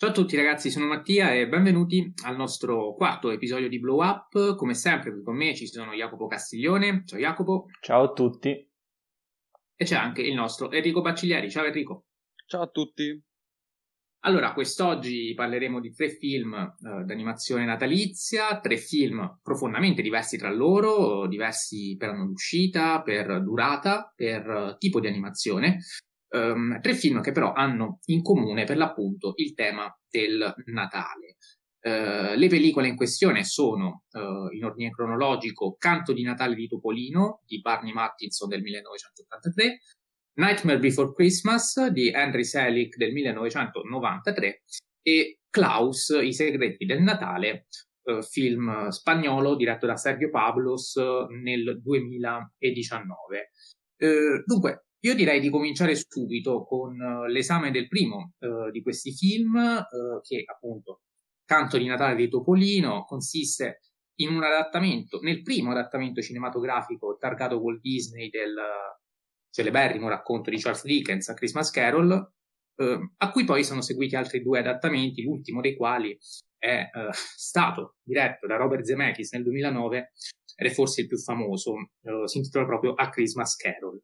Ciao a tutti ragazzi, sono Mattia e benvenuti al nostro quarto episodio di Blow Up. Come sempre qui con me ci sono Jacopo Castiglione, ciao Jacopo, Ciao a tutti. e c'è anche il nostro Enrico Bacciglieri, ciao Enrico. Ciao a tutti. Allora, quest'oggi parleremo di tre film d'animazione natalizia, tre film profondamente diversi tra loro, diversi per anno d'uscita, per durata, per tipo di animazione. Tre film che però hanno in comune per l'appunto il tema del Natale. Le pellicole in questione sono, in ordine cronologico, Canto di Natale di Topolino di Barney Mattinson del 1983, Nightmare Before Christmas di Henry Selick del 1993 e Klaus, I segreti del Natale, film spagnolo diretto da Sergio Pablos nel 2019. Dunque, io direi di cominciare subito con l'esame del primo di questi film, che appunto Canto di Natale di Topolino consiste in un adattamento, nel primo adattamento cinematografico targato Walt Disney del celeberrimo racconto di Charles Dickens, A Christmas Carol, a cui poi sono seguiti altri due adattamenti, l'ultimo dei quali è stato diretto da Robert Zemeckis nel 2009 ed è forse il più famoso, si intitola proprio A Christmas Carol.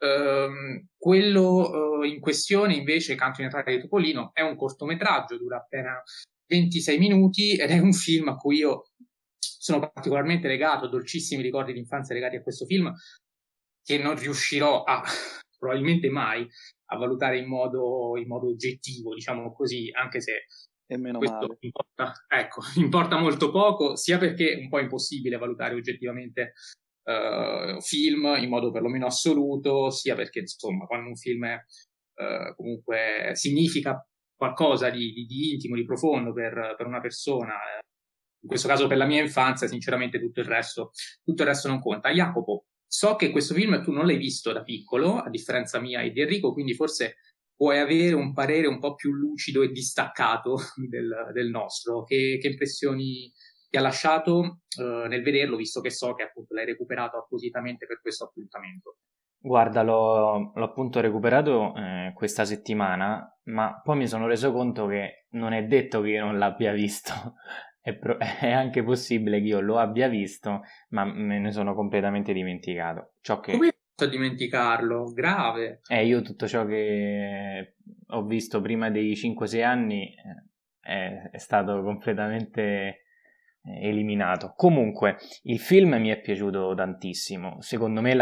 Quello in questione invece, Canto di Natale di Topolino, è un cortometraggio, dura appena 26 minuti ed è un film a cui io sono particolarmente legato, ho dolcissimi ricordi di infanzia legati a questo film che non riuscirò a probabilmente mai a valutare in modo oggettivo, diciamo così, anche se E meno questo male. importa molto poco, sia perché è un po' impossibile valutare oggettivamente film in modo perlomeno assoluto, sia perché insomma quando un film è, comunque significa qualcosa di intimo, di profondo per una persona, in questo caso per la mia infanzia, sinceramente tutto il resto non conta. Jacopo, so che questo film tu non l'hai visto da piccolo, a differenza mia e di Enrico, quindi forse puoi avere un parere un po' più lucido e distaccato del nostro. Che impressioni ti ha lasciato nel vederlo, visto che so che appunto l'hai recuperato appositamente per questo appuntamento? Guarda, l'ho appunto recuperato questa settimana, ma poi mi sono reso conto che non è detto che io non l'abbia visto. È anche possibile che io lo abbia visto, ma me ne sono completamente dimenticato. Come hai fatto a dimenticarlo? Grave. Io tutto ciò che ho visto prima dei 5-6 anni è stato completamente eliminato. Comunque, il film mi è piaciuto tantissimo. Secondo me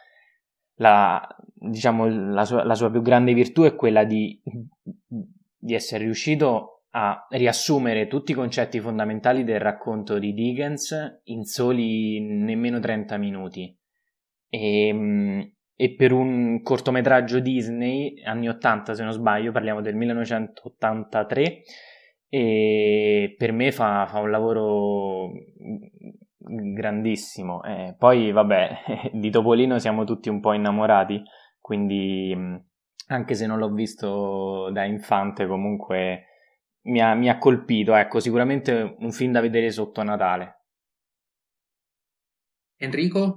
diciamo, la sua più grande virtù è quella di essere riuscito a riassumere tutti i concetti fondamentali del racconto di Dickens in soli nemmeno 30 minuti. E per un cortometraggio Disney, anni 80 se non sbaglio, parliamo del 1983, e per me fa un lavoro grandissimo. Poi vabbè, di Topolino siamo tutti un po' innamorati, quindi anche se non l'ho visto da infante comunque mi ha colpito, ecco, sicuramente un film da vedere sotto Natale. Enrico?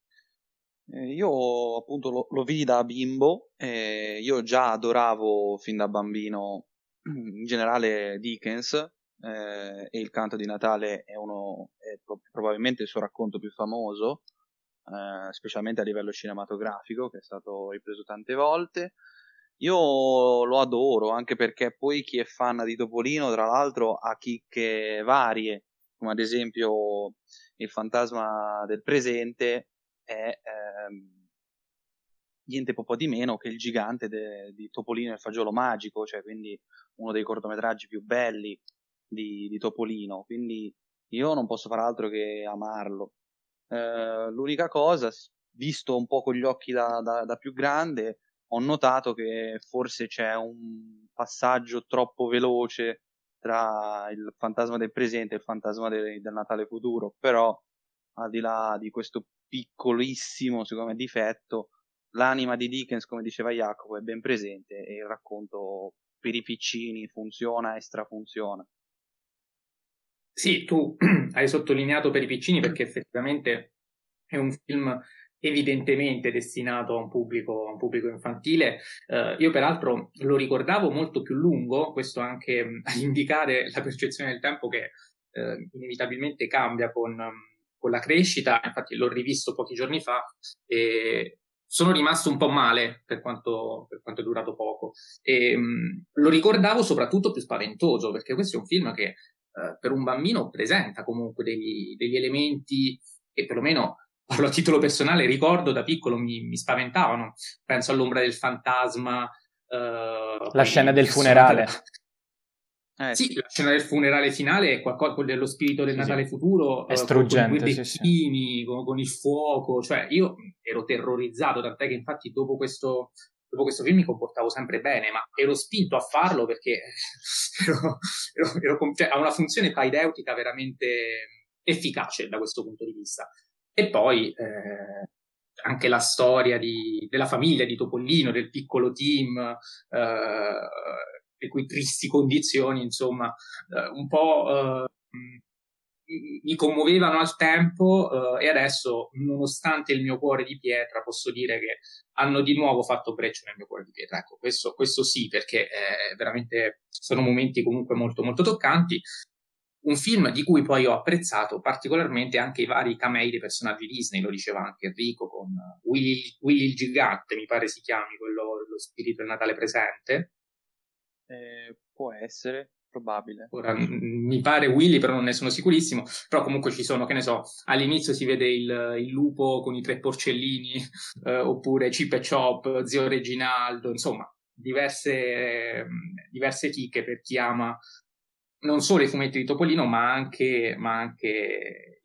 Io appunto lo vidi da bimbo, io già adoravo fin da bambino in generale Dickens, e Il Canto di Natale è probabilmente il suo racconto più famoso, specialmente a livello cinematografico, che è stato ripreso tante volte. Io lo adoro anche perché poi chi è fan di Topolino, tra l'altro, ha chicche varie, come ad esempio Il fantasma del presente è niente po' di meno che il gigante di Topolino e il fagiolo magico, cioè quindi uno dei cortometraggi più belli di Topolino, quindi io non posso fare altro che amarlo. L'unica cosa, visto un po' con gli occhi da più grande, ho notato che forse c'è un passaggio troppo veloce tra il fantasma del presente e il fantasma del Natale futuro, però al di là di questo piccolissimo, secondo me, difetto, l'anima di Dickens, come diceva Jacopo, è ben presente e il racconto per i piccini funziona e strafunziona. Sì, tu hai sottolineato per i piccini perché effettivamente è un film evidentemente destinato a un pubblico infantile. Io peraltro lo ricordavo molto più lungo, questo anche a indicare la percezione del tempo che inevitabilmente cambia con la crescita. Infatti l'ho rivisto pochi giorni fa e sono rimasto un po' male per quanto è durato poco. E, lo ricordavo soprattutto più spaventoso, perché questo è un film che per un bambino presenta comunque degli elementi che perlomeno, parlo a titolo personale, ricordo da piccolo mi spaventavano. Penso all'ombra del fantasma, La scena poi del funerale. Sì, la scena del funerale finale è qualcosa dello spirito del Sì, Natale sì. futuro, È con i due struggente, sì, sì. becchini, con il fuoco. Cioè, io ero terrorizzato, tant'è che infatti dopo questo film mi comportavo sempre bene, ma ero spinto a farlo perché cioè, ha una funzione paideutica veramente efficace da questo punto di vista. E poi anche la storia della famiglia di Topolino, del piccolo team, le cui tristi condizioni, insomma, un po' mi commuovevano al tempo, e adesso, nonostante il mio cuore di pietra, posso dire che hanno di nuovo fatto breccia nel mio cuore di pietra. Ecco, questo sì, perché veramente sono momenti comunque molto, molto toccanti. Un film di cui poi ho apprezzato particolarmente anche i vari camei dei personaggi Disney, lo diceva anche Enrico, con Willy il gigante, mi pare si chiami, quello, lo spirito del Natale presente. Può essere, probabile. Ora, mi pare Willy, però non ne sono sicurissimo. Però comunque ci sono, che ne so, all'inizio si vede il lupo con i tre porcellini, oppure Chip e Chop, Zio Reginaldo, insomma, diverse chicche per chi ama non solo i fumetti di Topolino, ma anche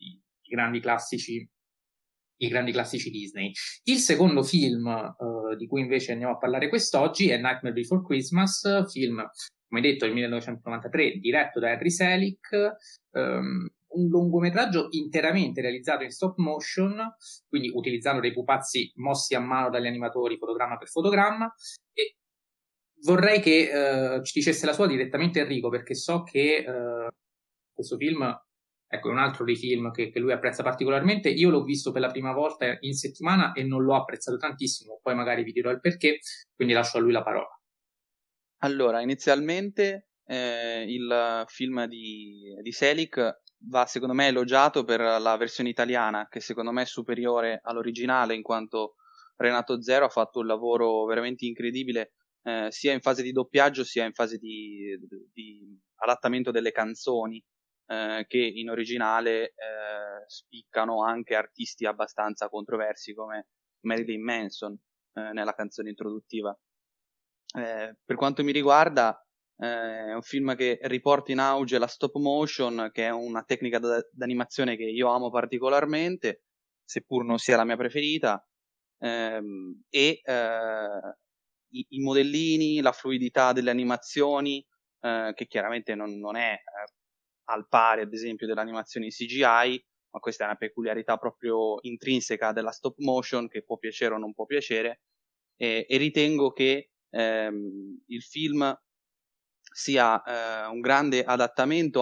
i grandi classici Disney. Il secondo film di cui invece andiamo a parlare quest'oggi è Nightmare Before Christmas, film, come detto, del 1993, diretto da Henry Selick, un lungometraggio interamente realizzato in stop motion, quindi utilizzando dei pupazzi mossi a mano dagli animatori fotogramma per fotogramma. E vorrei che ci dicesse la sua direttamente Enrico, perché so che questo film, ecco, è un altro dei film che lui apprezza particolarmente. Io l'ho visto per la prima volta in settimana e non l'ho apprezzato tantissimo, poi magari vi dirò il perché, quindi lascio a lui la parola. Allora, inizialmente il film di Selick va secondo me elogiato per la versione italiana, che secondo me è superiore all'originale, in quanto Renato Zero ha fatto un lavoro veramente incredibile, sia in fase di doppiaggio sia in fase di adattamento delle canzoni, che in originale spiccano anche artisti abbastanza controversi come Marilyn Manson nella canzone introduttiva. Per quanto mi riguarda, è un film che riporta in auge la stop motion, che è una tecnica d'animazione che io amo particolarmente, seppur non sia la mia preferita, e i modellini, la fluidità delle animazioni, che chiaramente non è al pari, ad esempio, delle animazioni CGI, ma questa è una peculiarità proprio intrinseca della stop motion che può piacere o non può piacere, e ritengo che il film sia un grande adattamento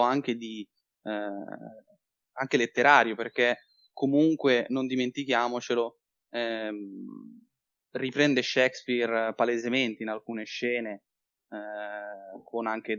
anche letterario, perché comunque non dimentichiamocelo, riprende Shakespeare palesemente in alcune scene, con anche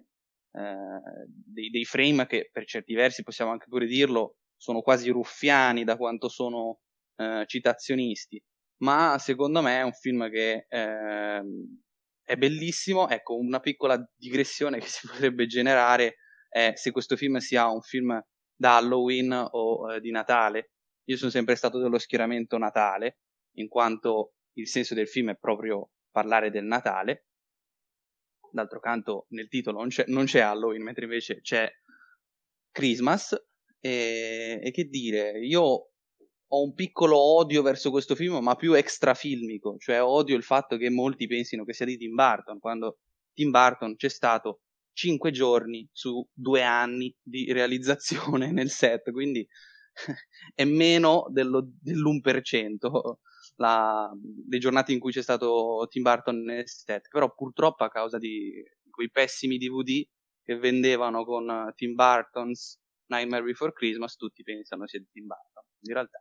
dei frame che per certi versi, possiamo anche pure dirlo, sono quasi ruffiani da quanto sono citazionisti, ma secondo me è un film che è bellissimo. Ecco, una piccola digressione che si potrebbe generare è se questo film sia un film da Halloween o di Natale. Io sono sempre stato dello schieramento Natale, in quanto il senso del film è proprio parlare del Natale. D'altro canto nel titolo non c'è Halloween, mentre invece c'è Christmas. E che dire, io ho un piccolo odio verso questo film, ma più extrafilmico, cioè odio il fatto che molti pensino che sia di Tim Burton, quando Tim Burton c'è stato 5 giorni su 2 anni di realizzazione nel set, quindi è meno dell'1% le giornate in cui c'è stato Tim Burton nel set, però purtroppo a causa di quei pessimi DVD che vendevano con Tim Burton's Nightmare Before Christmas, tutti pensano sia di Tim Burton. In realtà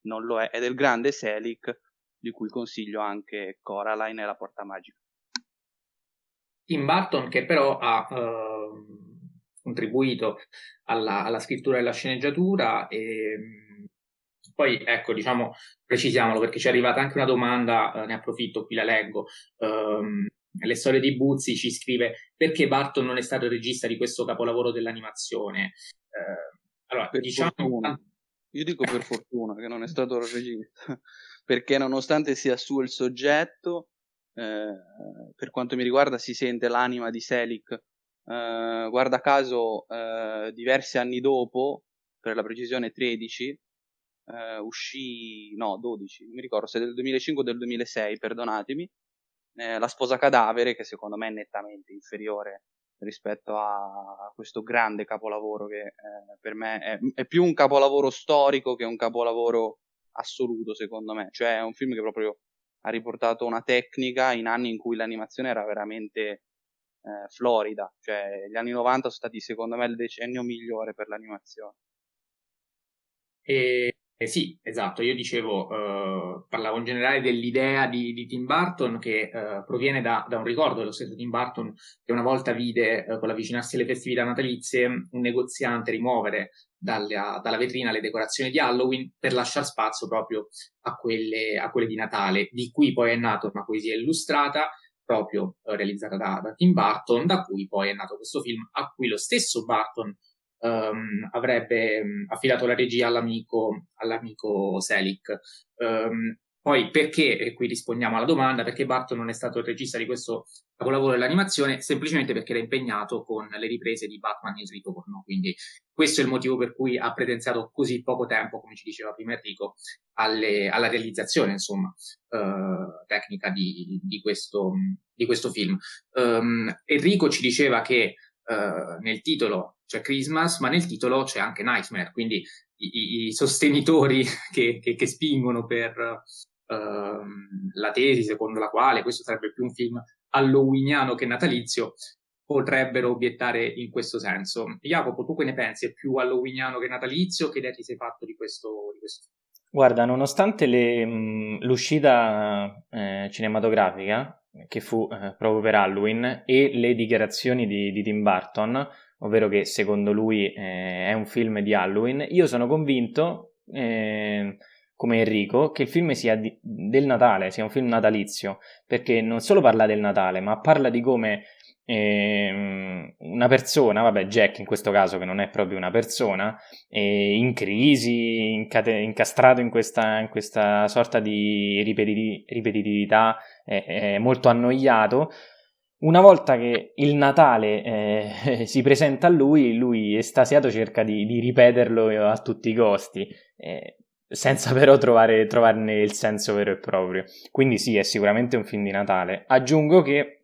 non lo è del grande Selick, di cui consiglio anche Coraline e la Porta Magica. Tim Burton, che però ha contribuito alla scrittura della sceneggiatura, e poi ecco, diciamo, precisiamolo perché ci è arrivata anche una domanda, ne approfitto, qui la leggo. Le storie di Buzzi ci scrive: perché Burton non è stato il regista di questo capolavoro dell'animazione? Allora, Per diciamo, fortuna. Io dico per fortuna che non è stato il regista, perché nonostante sia suo il soggetto, per quanto mi riguarda si sente l'anima di Selick. Guarda caso, diversi anni dopo, per la precisione 13, uscì, no 12, non mi ricordo se del 2005 o del 2006, perdonatemi, La sposa cadavere, che secondo me è nettamente inferiore rispetto a questo grande capolavoro che per me è più un capolavoro storico che un capolavoro assoluto, secondo me. Cioè è un film che proprio ha riportato una tecnica in anni in cui l'animazione era veramente florida. Cioè gli anni 90 sono stati secondo me il decennio migliore per l'animazione. Sì, esatto, io dicevo, parlavo in generale dell'idea di Tim Burton che proviene da un ricordo dello stesso Tim Burton, che una volta vide, con l'avvicinarsi alle festività natalizie, un negoziante rimuovere dalla vetrina le decorazioni di Halloween per lasciare spazio proprio a quelle di Natale, di cui poi è nata una poesia illustrata, proprio realizzata da Tim Burton, da cui poi è nato questo film, a cui lo stesso Burton avrebbe affidato la regia all'amico Selick. Poi perché, e qui rispondiamo alla domanda, perché Burton non è stato il regista di questo capolavoro dell'animazione? Semplicemente perché era impegnato con le riprese di Batman il ritorno, quindi questo è il motivo per cui ha presenziato così poco tempo, come ci diceva prima Enrico, alla realizzazione, insomma, tecnica di questo film. Enrico ci diceva che nel titolo c'è Christmas, ma nel titolo c'è anche Nightmare, quindi i sostenitori che spingono per la tesi secondo la quale questo sarebbe più un film halloweeniano che natalizio, potrebbero obiettare in questo senso. Jacopo, tu che ne pensi? È più halloweeniano che natalizio? Che idea ti sei fatto di questo film? Guarda, nonostante l'uscita cinematografica, che fu proprio per Halloween, e le dichiarazioni di Tim Burton, ovvero che secondo lui è un film di Halloween, io sono convinto, come Enrico, che il film sia del Natale, sia un film natalizio, perché non solo parla del Natale, ma parla di come una persona, vabbè Jack in questo caso che non è proprio una persona, in crisi, incastrato in questa sorta di ripetitività, molto annoiato. Una volta che il Natale si presenta a lui estasiato cerca di ripeterlo a tutti i costi, senza però trovarne il senso vero e proprio. Quindi sì, è sicuramente un film di Natale. Aggiungo che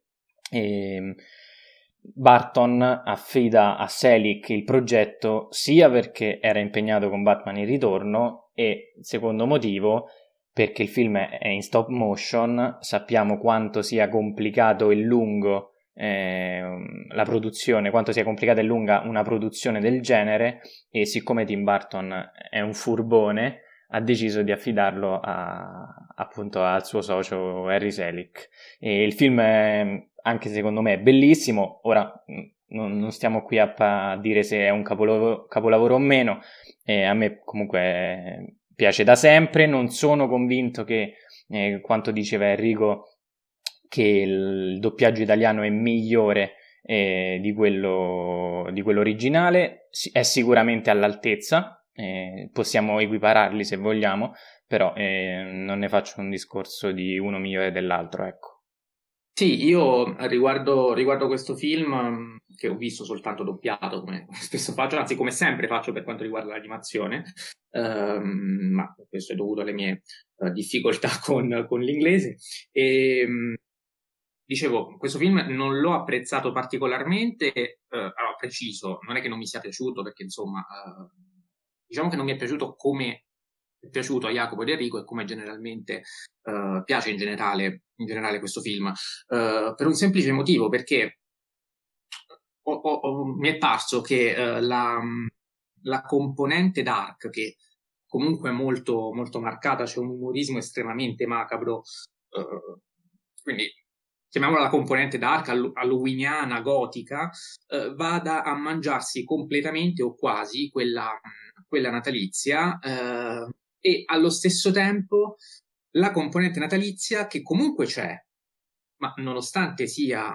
Burton affida a Selick il progetto sia perché era impegnato con Batman in ritorno e, secondo motivo, perché il film è in stop motion, sappiamo quanto sia complicato e lungo la produzione, quanto sia complicata e lunga una produzione del genere, e siccome Tim Burton è un furbone ha deciso di affidarlo appunto al suo socio Harry Selick. E il film anche secondo me è bellissimo. Ora non stiamo qui a dire se è un capolavoro o meno, a me comunque piace da sempre. Non sono convinto che quanto diceva Enrico, che il doppiaggio italiano è migliore di quello originale. È sicuramente all'altezza, possiamo equipararli se vogliamo, però non ne faccio un discorso di uno migliore dell'altro, ecco. Sì, io riguardo questo film, che ho visto soltanto doppiato, come spesso faccio, anzi come sempre faccio per quanto riguarda l'animazione, ma questo è dovuto alle mie difficoltà con l'inglese. Dicevo, questo film non l'ho apprezzato particolarmente, allora preciso, non è che non mi sia piaciuto, perché insomma, diciamo che non mi è piaciuto come è piaciuto a Jacopo ed Enrico e come generalmente piace in generale questo film, per un semplice motivo, perché mi è parso che la componente dark che comunque molto, molto marcata, c'è un umorismo estremamente macabro, quindi chiamiamola la componente dark, halloweeniana, gotica, vada a mangiarsi completamente o quasi quella natalizia, e allo stesso tempo la componente natalizia che comunque c'è, ma nonostante sia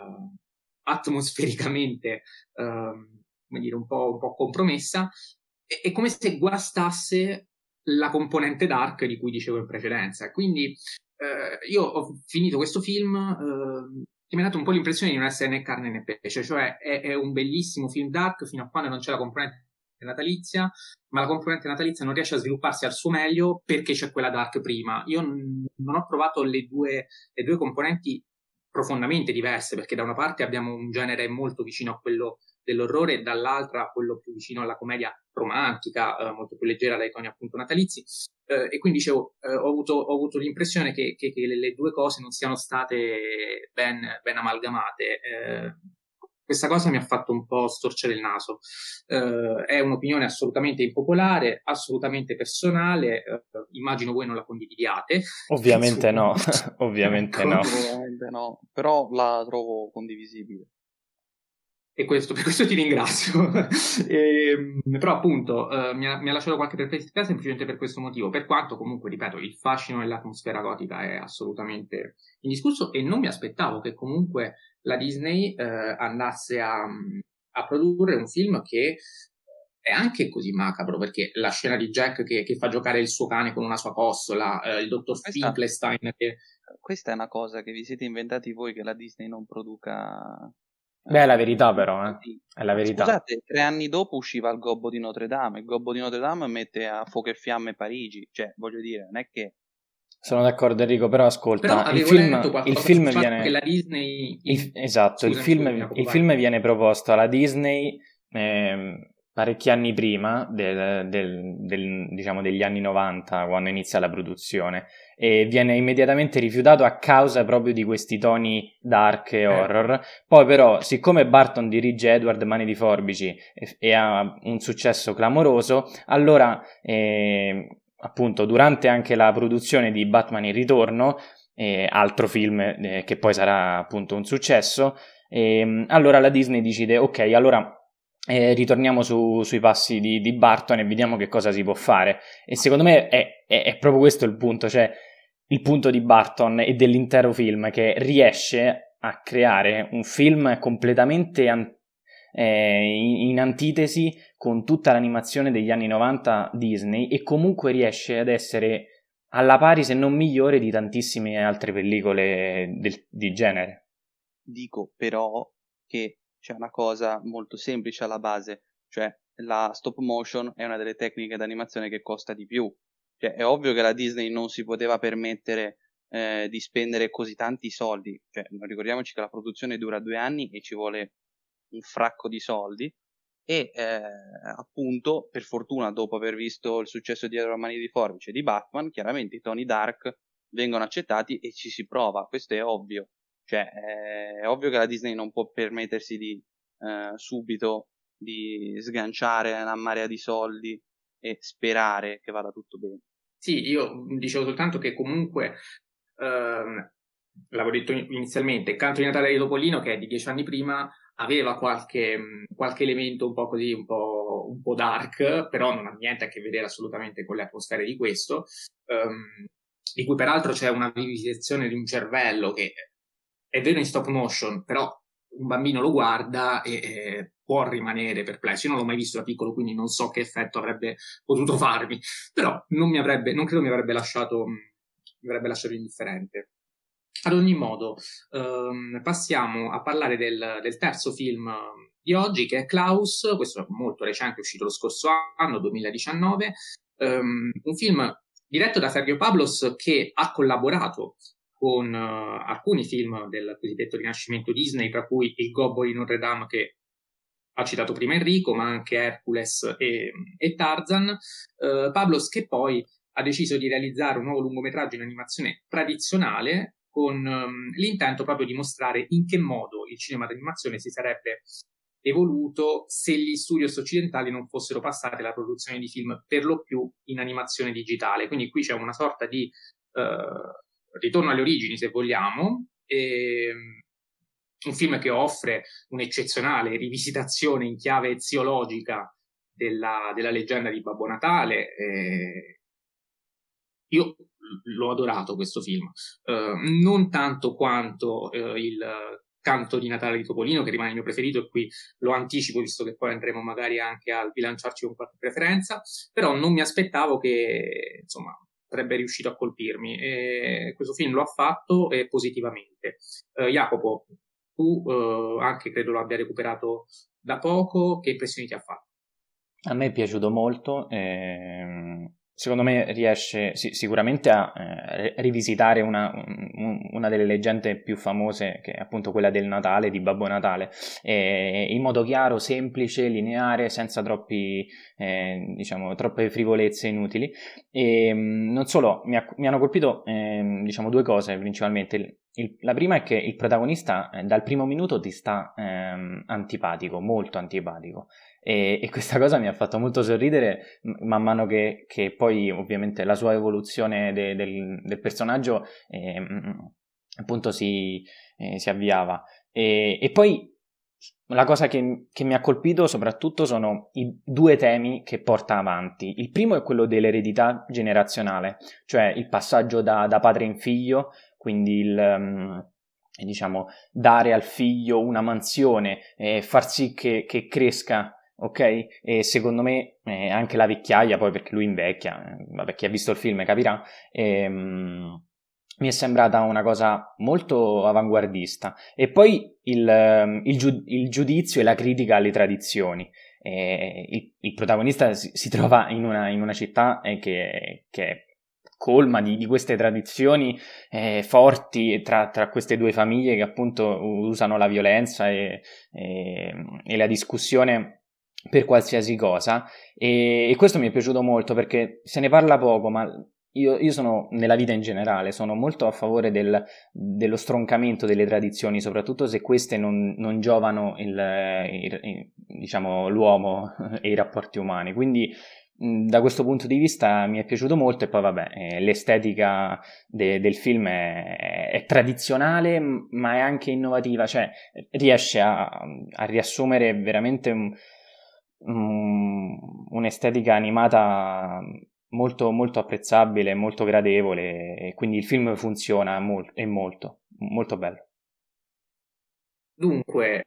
atmosfericamente come dire, un po' compromessa, è come se guastasse la componente dark di cui dicevo in precedenza. Quindi io ho finito questo film che mi ha dato un po' l'impressione di non essere né carne né pesce, cioè è un bellissimo film dark fino a quando non c'è la componente natalizia, ma la componente natalizia non riesce a svilupparsi al suo meglio perché c'è quella dark prima. Io non ho provato le due componenti profondamente diverse, perché da una parte abbiamo un genere molto vicino a quello dell'orrore e dall'altra quello più vicino alla commedia romantica, molto più leggera dai toni appunto natalizi, e quindi dicevo, ho avuto l'impressione che le due cose non siano state ben amalgamate. Questa cosa mi ha fatto un po' storcere il naso. È un'opinione assolutamente impopolare, assolutamente personale, immagino voi non la condividiate. Ovviamente no, ovviamente Ecco. no. Ovviamente no, però la trovo condivisibile. E per questo ti ringrazio. Però appunto mi ha lasciato qualche perplessità semplicemente per questo motivo, per quanto comunque, ripeto, il fascino dell'atmosfera gotica è assolutamente indiscusso e non mi aspettavo che comunque la Disney andasse a produrre un film che è anche così macabro, perché la scena di Jack che fa giocare il suo cane con una sua costola, il dottor Finkelstein che... Questa è una cosa che vi siete inventati voi, che la Disney non produca... Beh, è la verità però, è la verità. Scusate, 3 anni dopo usciva il Gobbo di Notre Dame. Il Gobbo di Notre Dame mette a fuoco e fiamme Parigi. Cioè, voglio dire, non è che... Sono d'accordo Enrico, però ascolta, Però il film viene... che la Disney... Esatto, Scusami, il film viene proposto alla Disney parecchi anni prima diciamo degli anni 90, quando inizia la produzione, e viene immediatamente rifiutato a causa proprio di questi toni dark e horror. Poi però, siccome Barton dirige Edward Mani di Forbici e ha un successo clamoroso, allora appunto durante anche la produzione di Batman Il Ritorno, altro film che poi sarà appunto un successo, allora la Disney decide, ok, allora ritorniamo sui passi di Barton e vediamo che cosa si può fare. E secondo me è proprio questo il punto, cioè il punto di Barton e dell'intero film, che riesce a creare un film completamente in antitesi con tutta l'animazione degli anni 90 Disney, e comunque riesce ad essere alla pari, se non migliore, di tantissime altre pellicole di genere. Dico però che c'è una cosa molto semplice alla base, cioè la stop motion è una delle tecniche d'animazione che costa di più. Cioè, è ovvio che la Disney non si poteva permettere di spendere così tanti soldi. Cioè, ricordiamoci che la produzione dura 2 anni e ci vuole un fracco di soldi. E appunto, per fortuna, dopo aver visto il successo di Edward Mani di Forbice e di Batman, chiaramente i toni dark vengono accettati e ci si prova. Questo è ovvio. Cioè, è ovvio che la Disney non può permettersi di subito di sganciare una marea di soldi e sperare che vada tutto bene. Sì, io dicevo soltanto che comunque l'avevo detto inizialmente, il Canto di Natale di Topolino, che è di 10 anni prima, aveva qualche elemento un po' così, un po' dark, però non ha niente a che vedere assolutamente con le atmosfere di questo, di cui peraltro c'è una vivisezzazione di un cervello che è vero in stop motion, però un bambino lo guarda e può rimanere perplesso. Io non l'ho mai visto da piccolo, quindi non so che effetto avrebbe potuto farmi, però non credo mi avrebbe lasciato indifferente. Ad ogni modo, passiamo a parlare del terzo film di oggi, che è Klaus. Questo è molto recente, è uscito lo scorso anno, 2019, un film diretto da Sergio Pablos, che ha collaborato con alcuni film del cosiddetto rinascimento Disney, tra cui Il Gobbo di Notre Dame, che ha citato prima Enrico, ma anche Hercules e Tarzan. Pablos, che poi ha deciso di realizzare un nuovo lungometraggio in animazione tradizionale, con l'intento proprio di mostrare in che modo il cinema d'animazione si sarebbe evoluto se gli studios occidentali non fossero passati alla produzione di film per lo più in animazione digitale. Quindi qui c'è una sorta di ritorno alle origini, se vogliamo, un film che offre un'eccezionale rivisitazione in chiave eziologica della leggenda di Babbo Natale. Io l'ho adorato questo film, non tanto quanto il Canto di Natale di Topolino, che rimane il mio preferito, e qui lo anticipo visto che poi andremo magari anche a bilanciarci con qualche preferenza, però non mi aspettavo che insomma sarebbe riuscito a colpirmi, e questo film lo ha fatto positivamente. Jacopo, tu anche credo lo abbia recuperato da poco, che impressioni ti ha fatto? A me è piaciuto molto, secondo me riesce sicuramente a rivisitare una delle leggende più famose, che è appunto quella del Natale, di Babbo Natale, in modo chiaro, semplice, lineare, senza troppe frivolezze inutili. E non solo, mi hanno colpito due cose principalmente. La prima è che il protagonista dal primo minuto ti sta antipatico, molto antipatico. E questa cosa mi ha fatto molto sorridere man mano che poi ovviamente la sua evoluzione del personaggio appunto si avviava. E poi la cosa che mi ha colpito soprattutto sono i due temi che porta avanti. Il primo è quello dell'eredità generazionale, cioè il passaggio da padre in figlio, quindi dare al figlio una mansione, far sì che cresca. Ok? E secondo me anche la vecchiaia, poi perché lui invecchia, vabbè, chi ha visto il film capirà, mi è sembrata una cosa molto avanguardista. E poi il giudizio e la critica alle tradizioni. Il protagonista si trova in una città che è colma di queste tradizioni forti tra queste due famiglie che appunto usano la violenza e la discussione per qualsiasi cosa, e questo mi è piaciuto molto perché se ne parla poco, ma io sono, nella vita in generale, sono molto a favore dello stroncamento delle tradizioni, soprattutto se queste non giovano l'uomo e i rapporti umani. Quindi da questo punto di vista mi è piaciuto molto. E poi vabbè, l'estetica del film è tradizionale, ma è anche innovativa, cioè riesce a riassumere veramente un'estetica animata molto, molto apprezzabile, molto gradevole, e quindi il film funziona molto, molto bello. Dunque,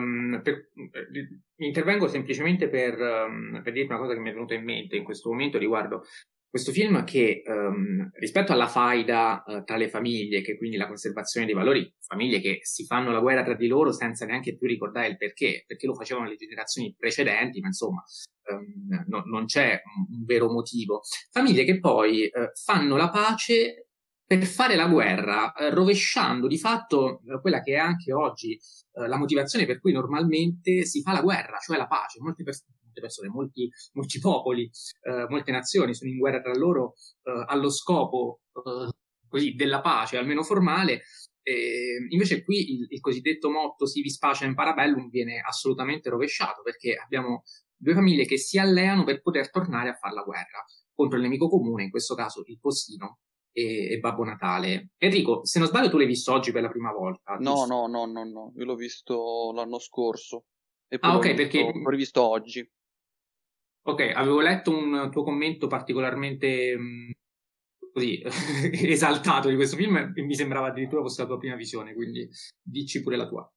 intervengo semplicemente per dirti una cosa che mi è venuta in mente in questo momento riguardo questo film, che rispetto alla faida tra le famiglie, che quindi la conservazione dei valori, famiglie che si fanno la guerra tra di loro senza neanche più ricordare il perché lo facevano le generazioni precedenti, ma insomma non c'è un vero motivo. Famiglie che poi fanno la pace per fare la guerra, rovesciando di fatto quella che è anche oggi la motivazione per cui normalmente si fa la guerra, cioè la pace. Molte persone, molti popoli, molte nazioni sono in guerra tra loro allo scopo così della pace, almeno formale. Invece qui il cosiddetto motto si vis pacem para bellum viene assolutamente rovesciato, perché abbiamo due famiglie che si alleano per poter tornare a fare la guerra contro il nemico comune, in questo caso il postino e Babbo Natale. Enrico, se non sbaglio tu l'hai visto oggi per la prima volta, No, giusto? no, io l'ho visto l'anno scorso e poi Ok, perché l'ho rivisto oggi. ok, avevo letto un tuo commento particolarmente così esaltato di questo film e mi sembrava addirittura fosse la tua prima visione, quindi dici pure la tua.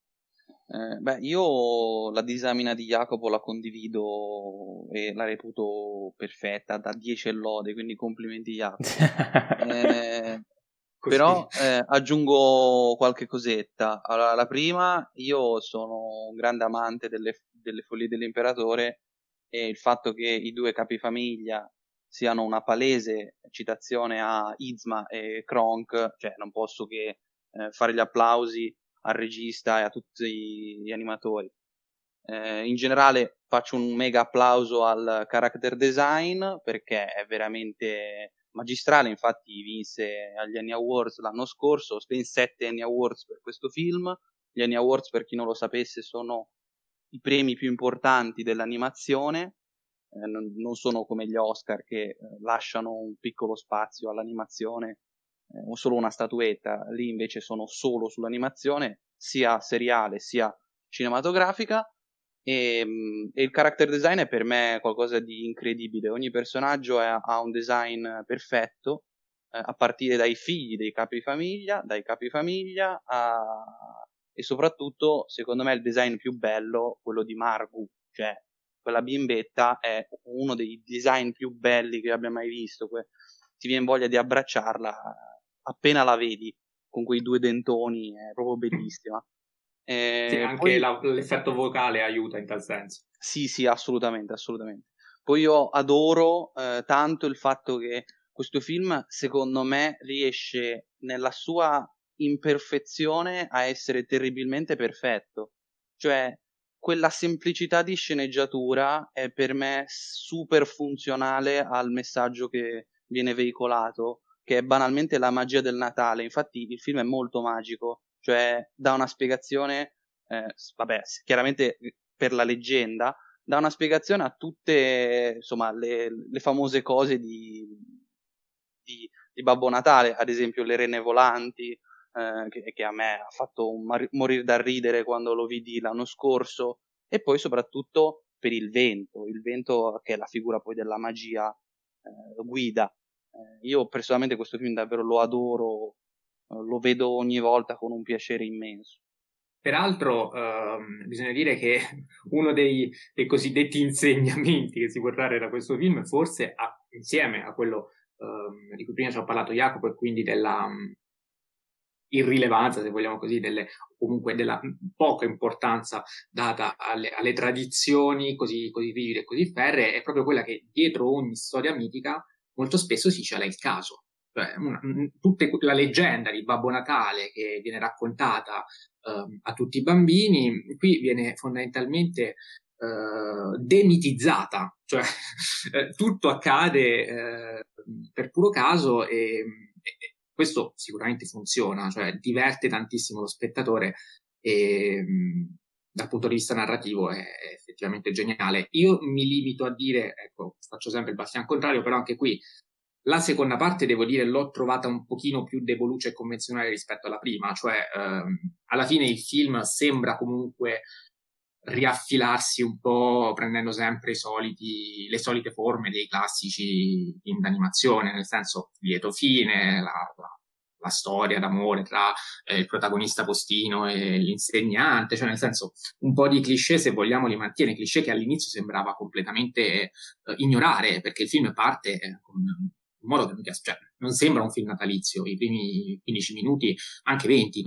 Io la disamina di Jacopo la condivido e la reputo perfetta, da 10 e lode, quindi complimenti Jacopo. Però aggiungo qualche cosetta. Allora, la prima, io sono un grande amante delle follie dell'imperatore, e il fatto che i due capifamiglia siano una palese citazione a Yzma e Kronk, cioè non posso che fare gli applausi al regista e a tutti gli animatori. In generale faccio un mega applauso al character design, perché è veramente magistrale. Infatti vinse agli Annie Awards l'anno scorso, ben 7 Annie Awards per questo film. Gli Annie Awards, per chi non lo sapesse, sono i premi più importanti dell'animazione, non sono come gli Oscar che lasciano un piccolo spazio all'animazione, o solo una statuetta. Lì invece sono solo sull'animazione, sia seriale sia cinematografica, e il character design è per me qualcosa di incredibile. Ogni personaggio ha un design perfetto, a partire dai figli dei capi famiglia, e soprattutto, secondo me, il design più bello, quello di Margu, cioè quella bimbetta è uno dei design più belli che abbia mai visto. Ti viene voglia di abbracciarla appena la vedi, con quei due dentoni, è proprio bellissima. Sì, anche l'effetto vocale aiuta in tal senso. Sì, assolutamente. Poi io adoro tanto il fatto che questo film, secondo me, riesce nella sua imperfezione a essere terribilmente perfetto. Cioè, quella semplicità di sceneggiatura è per me super funzionale al messaggio che viene veicolato, che è banalmente la magia del Natale. Infatti il film è molto magico, cioè dà una spiegazione, vabbè, chiaramente per la leggenda, dà una spiegazione a tutte, insomma, le famose cose di Babbo Natale, ad esempio le rene volanti, che a me ha fatto morire da ridere quando lo vidi l'anno scorso, e poi soprattutto per il vento che è la figura poi della magia, guida. Io personalmente questo film davvero lo adoro, lo vedo ogni volta con un piacere immenso. Peraltro, bisogna dire che uno dei cosiddetti insegnamenti che si può trarre da questo film, forse insieme a quello di cui prima ci ha parlato Jacopo, e quindi della irrilevanza, se vogliamo così, comunque della poca importanza data alle tradizioni così rigide e così ferree, è proprio quella che dietro ogni storia mitica molto spesso si cela il caso. Cioè, tutta la leggenda di Babbo Natale che viene raccontata a tutti i bambini, qui viene fondamentalmente demitizzata, cioè tutto accade per puro caso, e questo sicuramente funziona, cioè diverte tantissimo lo spettatore, e dal punto di vista narrativo è effettivamente geniale. Io mi limito a dire, ecco, faccio sempre il bastian contrario, però anche qui la seconda parte, devo dire, l'ho trovata un pochino più deboluccia e convenzionale rispetto alla prima, cioè alla fine il film sembra comunque riaffilarsi un po', prendendo sempre le solite forme dei classici film d'animazione, nel senso lieto fine, la storia d'amore tra il protagonista postino e l'insegnante, cioè nel senso un po' di cliché, se vogliamo, li mantiene, cliché che all'inizio sembrava completamente ignorare, perché il film parte con un modo che non cioè, non sembra un film natalizio, i primi 15 minuti, anche 20,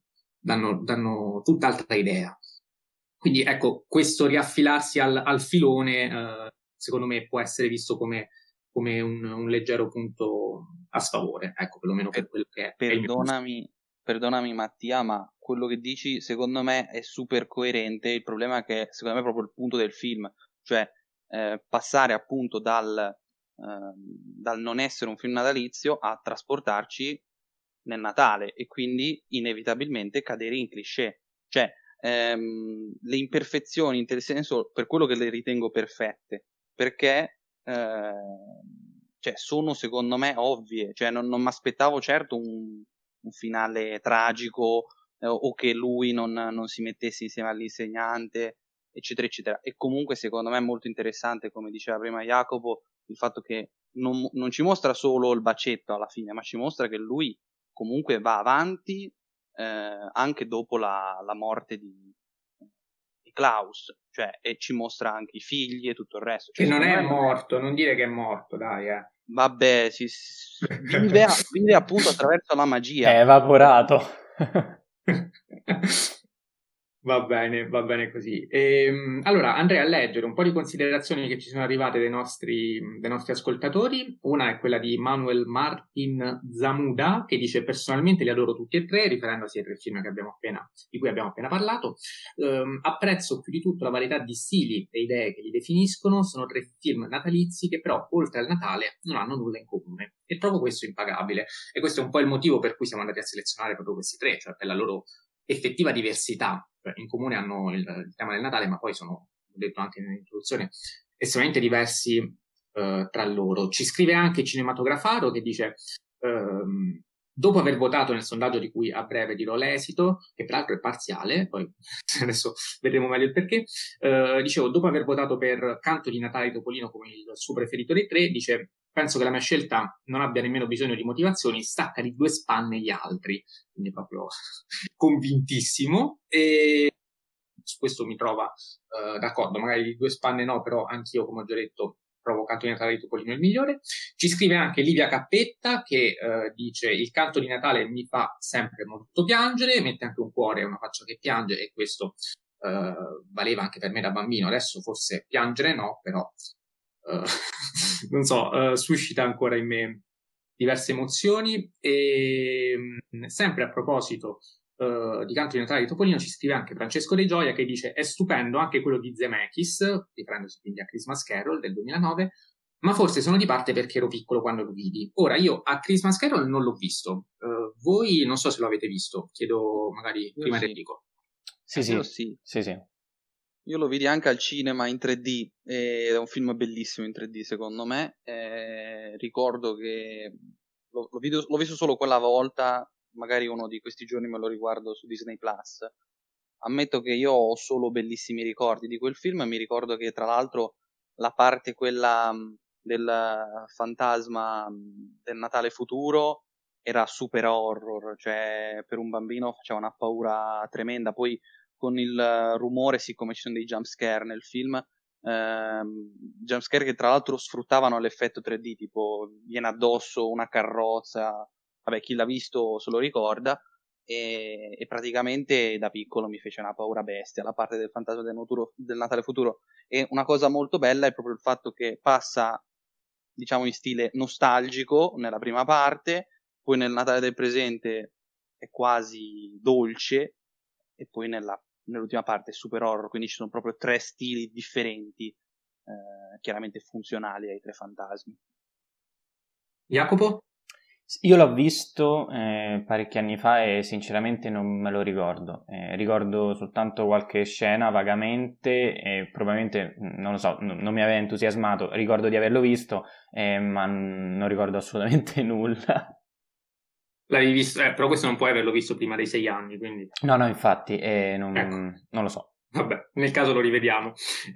danno tutt'altra idea. Quindi ecco, questo riaffilarsi al filone, secondo me può essere visto come un leggero punto a sfavore, ecco, perlomeno per quello che è il mio gusto. Perdonami Mattia, ma quello che dici secondo me è super coerente. Il problema è che secondo me è proprio il punto del film, cioè passare appunto dal non essere un film natalizio a trasportarci nel Natale, e quindi inevitabilmente cadere in cliché. Cioè le imperfezioni, in tal senso, per quello che le ritengo perfette, perché cioè, sono secondo me ovvie, cioè non mi aspettavo certo un finale tragico, o che lui non si mettesse insieme all'insegnante, eccetera eccetera. E comunque secondo me è molto interessante, come diceva prima Jacopo, il fatto che non ci mostra solo il bacetto alla fine, ma ci mostra che lui comunque va avanti anche dopo la morte di Klaus, cioè, e ci mostra anche i figli e tutto il resto. Cioè, Che non secondo è me morto, non dire che è morto, dai, Vabbè, vive appunto attraverso la magia. È evaporato. Va bene così. Allora andrei a leggere un po' di considerazioni che ci sono arrivate dai nostri ascoltatori. Una è quella di Manuel Martin Zamuda, che dice: personalmente li adoro tutti e tre, riferendosi ai tre film di cui abbiamo appena parlato. Apprezzo più di tutto la varietà di stili e idee che li definiscono. Sono tre film natalizi che però, oltre al Natale, non hanno nulla in comune, e trovo questo impagabile. E questo è un po' il motivo per cui siamo andati a selezionare proprio questi tre, cioè per la loro effettiva diversità, cioè in comune hanno il tema del Natale, ma poi sono, ho detto anche nell'introduzione, estremamente diversi tra loro. Ci scrive anche Cinematografaro che dice dopo aver votato nel sondaggio di cui a breve dirò l'esito, che peraltro è parziale, poi adesso vedremo meglio il perché, dicevo, dopo aver votato per Canto di Natale di Topolino come il suo preferito dei tre, dice penso che la mia scelta non abbia nemmeno bisogno di motivazioni, stacca di 2 spanne gli altri, quindi proprio convintissimo, e su questo mi trova d'accordo, magari di 2 spanne no, però anch'io, come ho già detto, trovo Canto di Natale di Topolino il migliore. Ci scrive anche Livia Cappetta che dice il canto di Natale mi fa sempre molto piangere, mette anche un cuore e una faccia che piange, e questo valeva anche per me da bambino, adesso forse piangere no, però non so, suscita ancora in me diverse emozioni. E sempre a proposito di Canto di Natale di Topolino ci scrive anche Francesco De Gioia che dice è stupendo anche quello di Zemeckis, riprendendosi quindi a Christmas Carol del 2009, ma forse sono di parte perché ero piccolo quando lo vidi. Ora io a Christmas Carol non l'ho visto, voi non so se lo avete visto, chiedo magari prima di Enrico. Sì. Io lo vidi anche al cinema in 3D, ed è un film bellissimo in 3D secondo me. Ricordo che l'ho visto solo quella volta, magari uno di questi giorni me lo riguardo su Disney Plus. Ammetto che io ho solo bellissimi ricordi di quel film, e mi ricordo che tra l'altro la parte quella del fantasma del Natale futuro era super horror, cioè per un bambino faceva una paura tremenda. Poi con il rumore, siccome ci sono dei jumpscare nel film, jumpscare che tra l'altro sfruttavano l'effetto 3D, tipo viene addosso una carrozza, vabbè, chi l'ha visto se lo ricorda, e praticamente da piccolo mi fece una paura bestia la parte del fantasma del Natale futuro. E una cosa molto bella è proprio il fatto che passa, diciamo, in stile nostalgico nella prima parte, poi nel Natale del presente è quasi dolce, e poi nell'ultima parte è super horror, quindi ci sono proprio 3 stili differenti, chiaramente funzionali ai 3 fantasmi. Jacopo? Io l'ho visto parecchi anni fa e sinceramente non me lo ricordo. Ricordo soltanto qualche scena vagamente e probabilmente, non lo so, non mi aveva entusiasmato. Ricordo di averlo visto, ma non ricordo assolutamente nulla. L'avevi visto? Però questo non puoi averlo visto prima dei 6 anni, quindi... No, infatti, Ecco. non lo so. Vabbè, nel caso lo rivediamo.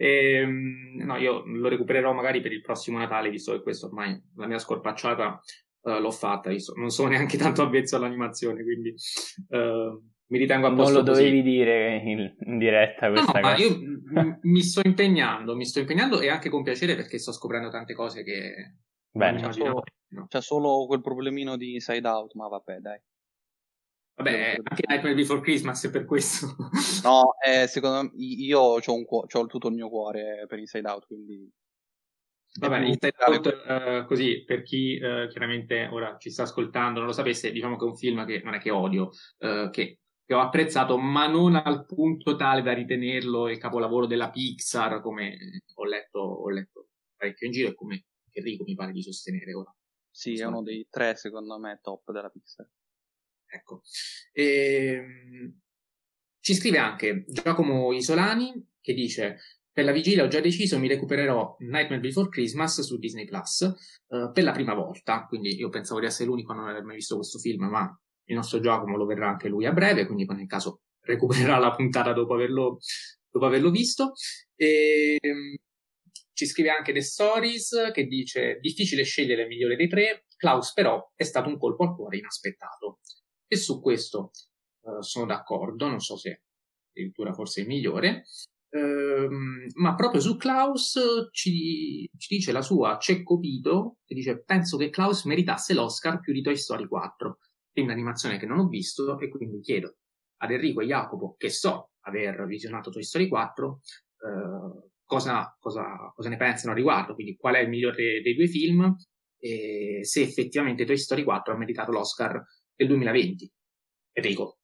No, io lo recupererò magari per il prossimo Natale, visto che questo ormai la mia scorpacciata l'ho fatta, visto non sono neanche tanto avvezzo all'animazione, quindi mi ritengo a posto non lo così. dovevi dire in diretta questa No, ma cosa. io mi sto impegnando e anche con piacere perché sto scoprendo tante cose che non immaginavo. C'ha solo quel problemino di Inside Out, ma vabbè, dai. Vabbè, anche Nightmare Before Christmas è per questo. No, secondo me io c'ho tutto il mio cuore per Inside Out, quindi... Va bene, Inside Out, così per chi chiaramente ora ci sta ascoltando non lo sapesse, diciamo che è un film che non è che odio, che ho apprezzato, ma non al punto tale da ritenerlo il capolavoro della Pixar, come ho letto parecchio in giro, e come Enrico mi pare di sostenere ora. Sì, è uno dei 3 secondo me top della Pixar. Ecco. Ci scrive anche Giacomo Isolani che dice per la vigilia ho già deciso, mi recupererò Nightmare Before Christmas su Disney Plus per la prima volta, quindi io pensavo di essere l'unico a non aver mai visto questo film, ma il nostro Giacomo lo verrà anche lui a breve, quindi nel caso recupererà la puntata dopo averlo visto. Ci scrive anche The Stories che dice difficile scegliere il migliore dei 3, Klaus però è stato un colpo al cuore inaspettato, e su questo sono d'accordo, non so se addirittura forse il migliore. Ma proprio su Klaus ci dice la sua Ceccopito, che dice penso che Klaus meritasse l'Oscar più di Toy Story 4, film d'animazione che non ho visto, e quindi chiedo ad Enrico e Jacopo, che so aver visionato Toy Story 4, cosa ne pensano a riguardo, quindi qual è il migliore dei 2 film, e se effettivamente Toy Story 4 ha meritato l'Oscar del 2020. Enrico.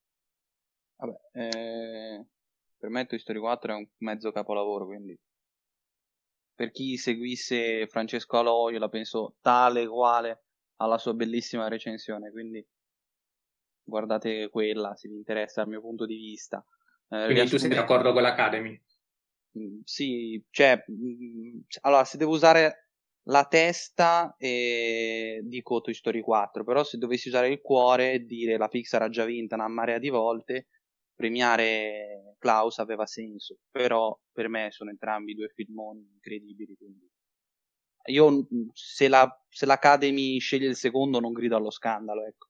Vabbè, per me Toy Story 4 è un mezzo capolavoro, quindi per chi seguisse Francesco Alò io la penso tale quale alla sua bellissima recensione, quindi guardate quella se vi interessa dal mio punto di vista. Quindi tu sei d'accordo con l'Academy? Sì, cioè, allora se devo usare la testa dico Toy Story 4, però se dovessi usare il cuore e dire la Pixar ha già vinta una marea di volte, premiare Klaus aveva senso, però per me sono entrambi due filmoni incredibili, quindi io se l'Academy sceglie il secondo non grido allo scandalo, ecco.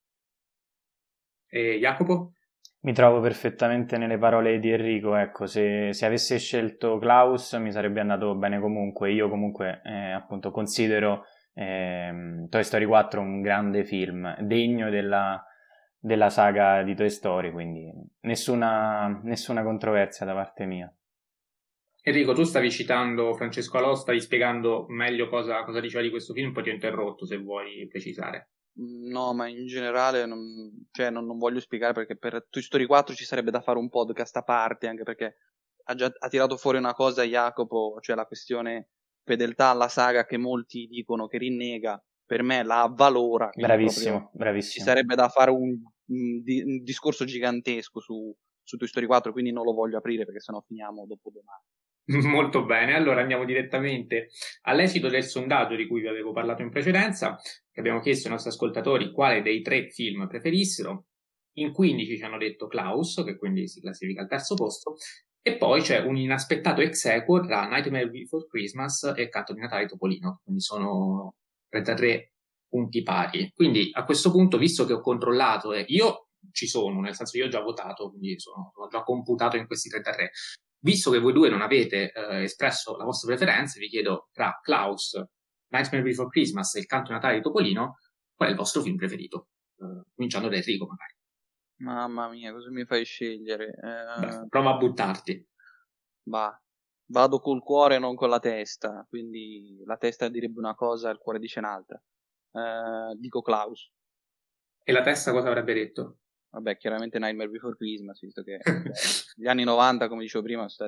E Jacopo? Mi trovo perfettamente nelle parole di Enrico, ecco, se avesse scelto Klaus mi sarebbe andato bene comunque. Io comunque appunto considero Toy Story 4 un grande film, degno della saga di Toy Story, quindi nessuna controversia da parte mia. Enrico, tu stavi citando Francesco Alò, stavi spiegando meglio cosa diceva di questo film, poi ti ho interrotto se vuoi precisare. No, ma in generale non voglio spiegare, perché per Toy Story 4 ci sarebbe da fare un podcast a parte, anche perché ha tirato fuori una cosa Jacopo, cioè la questione fedeltà alla saga che molti dicono che rinnega, per me la avvalora. Bravissimo. Ci sarebbe da fare un discorso gigantesco su Toy Story 4, quindi non lo voglio aprire perché sennò finiamo dopo domani. Molto bene, allora andiamo direttamente all'esito del sondaggio di cui vi avevo parlato in precedenza, che abbiamo chiesto ai nostri ascoltatori quale dei 3 film preferissero. In 15 ci hanno detto Klaus, che quindi si classifica al terzo posto, e poi c'è un inaspettato ex aequo tra Nightmare Before Christmas e Canto di Natale Topolino, quindi sono 33 punti pari. Quindi a questo punto, visto che ho controllato e io ci sono, nel senso io ho già votato, quindi sono già computato in questi 33. Visto che voi due non avete espresso la vostra preferenza, vi chiedo tra Klaus, Nightmare Before Christmas e Il Canto di Natale di Topolino, qual è il vostro film preferito? Cominciando da Enrico, magari. Mamma mia, cosa mi fai scegliere? Beh, prova a buttarti. Vado col cuore e non con la testa, quindi la testa direbbe una cosa e il cuore dice un'altra. Dico Klaus. E la testa cosa avrebbe detto? Vabbè, chiaramente Nightmare Before Christmas, visto che gli anni 90, come dicevo prima, sono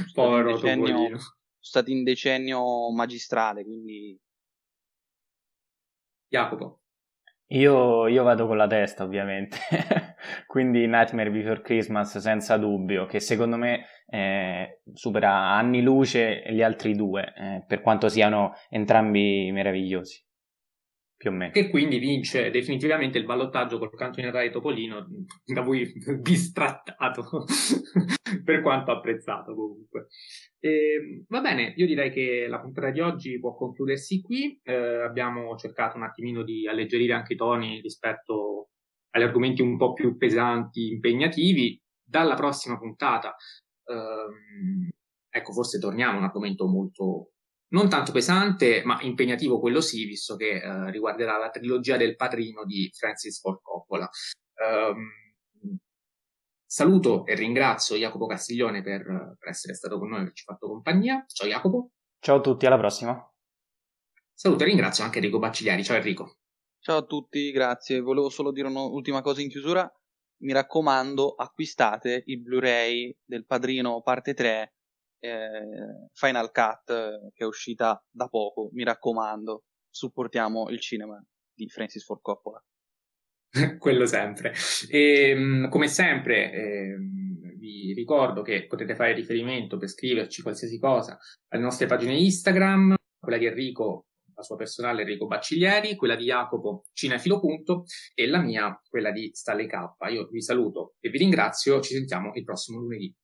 stati in decennio magistrale, quindi... Jacopo? Io vado con la testa, ovviamente, quindi Nightmare Before Christmas senza dubbio, che secondo me supera anni luce gli altri due, per quanto siano entrambi meravigliosi. Più o meno. Che quindi vince definitivamente il ballottaggio col Canto di Natale di Topolino, da voi bistrattato, per quanto apprezzato comunque. Va bene, io direi che la puntata di oggi può concludersi qui. Abbiamo cercato un attimino di alleggerire anche i toni rispetto agli argomenti un po' più pesanti, impegnativi. Dalla prossima puntata, ecco, forse torniamo a un argomento molto... non tanto pesante, ma impegnativo quello sì, visto che riguarderà la trilogia del Padrino di Francis Ford Coppola. Saluto e ringrazio Jacopo Castiglione per essere stato con noi e averci fatto compagnia. Ciao Jacopo. Ciao a tutti, alla prossima. Saluto e ringrazio anche Enrico Baccigliari. Ciao Enrico. Ciao a tutti, grazie. Volevo solo dire un'ultima cosa in chiusura. Mi raccomando, acquistate il Blu-ray del Padrino parte 3 Final Cut che è uscita da poco, mi raccomando, supportiamo il cinema di Francis Ford Coppola. Quello sempre. Come sempre vi ricordo che potete fare riferimento per scriverci qualsiasi cosa alle nostre pagine Instagram, quella di Enrico, la sua personale Enrico Bacciglieri, quella di Jacopo Cinefilo. E la mia, quella di Stanley K. Io vi saluto e vi ringrazio, ci sentiamo il prossimo lunedì.